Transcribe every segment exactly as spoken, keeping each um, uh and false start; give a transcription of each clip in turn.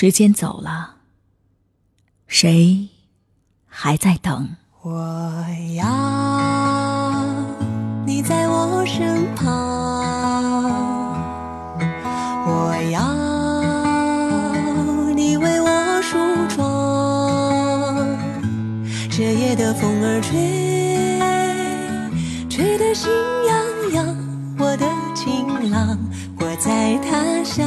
时间走了，谁还在等？ 我要你在我身旁，我要你为我梳妆，这夜的风儿吹，吹得心痒痒，我的情郎，我在他乡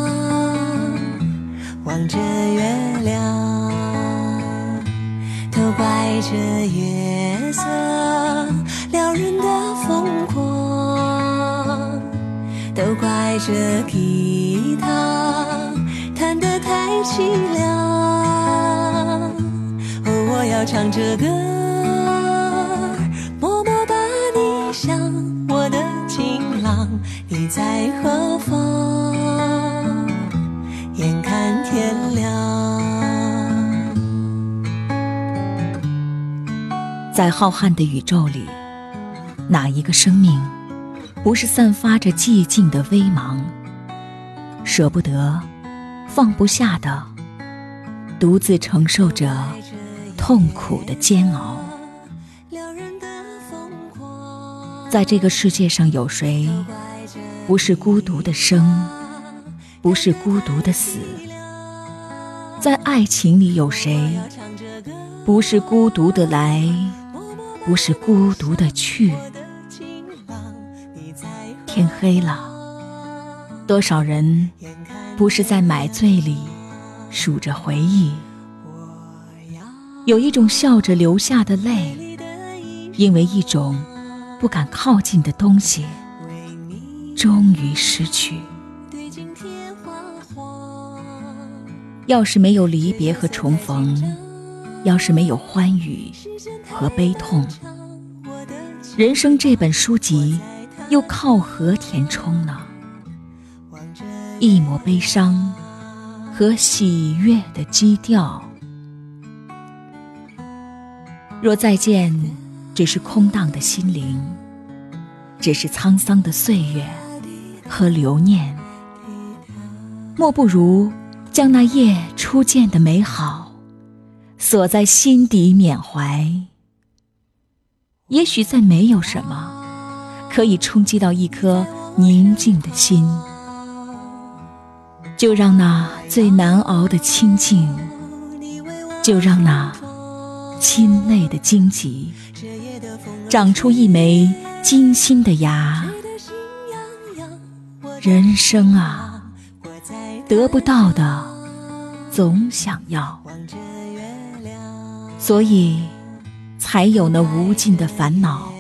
望着月亮，都怪这月色撩人的疯狂，都怪这吉他弹得太凄凉。哦，我要唱着歌，默默把你想，我的情郎，你在何方？眼看天亮。 在浩瀚的宇宙里，哪一个生命不是散发着寂静的微芒，舍不得放不下的，独自承受着痛苦的煎熬。在这个世界上，有谁不是孤独的生，不是孤独的死？在爱情里，有谁不是孤独的来，不是孤独的去？天黑了，多少人不是在买醉里数着回忆？有一种笑着流下的泪，因为一种不敢靠近的东西终于失去。要是没有离别和重逢，要是没有欢愉和悲痛，人生这本书籍又靠何填充呢？一抹悲伤和喜悦的基调。若再见只是空荡的心灵，只是沧桑的岁月和留念，莫不如将那夜初见的美好锁在心底缅怀。也许再没有什么可以冲击到一颗宁静的心，就让那最难熬的清静，就让那亲泪的荆棘长出一枚金星的芽。人生啊，得不到的总想要，所以才有那无尽的烦恼。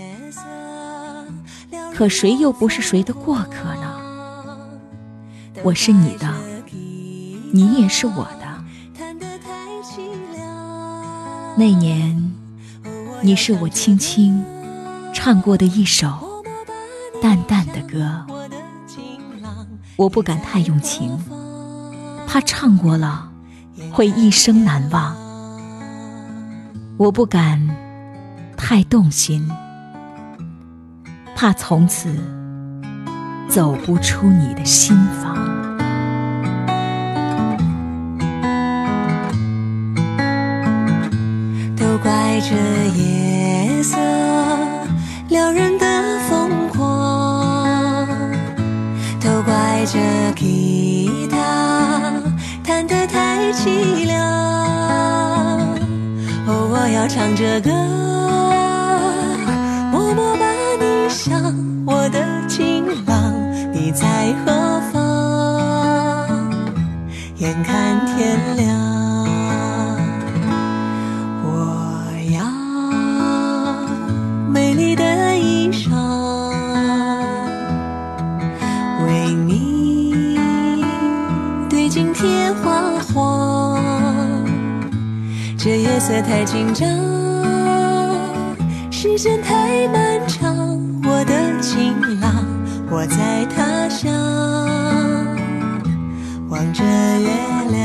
可谁又不是谁的过客呢？我是你的，你也是我的。那年你是我轻轻唱过的一首淡淡的歌，我不敢太用情，怕唱过了会一生难忘。我不敢太动心，怕从此走不出你的心房。 都怪这夜色撩人的疯狂，都怪这吉他弹得太凄凉。哦，我要唱着歌，默默把你想，我的情郎，你在何方？眼看天亮。美丽的衣裳，为你对镜贴花黄。这夜色太紧张，时间太漫长，我的情郎，我在他乡望着月亮。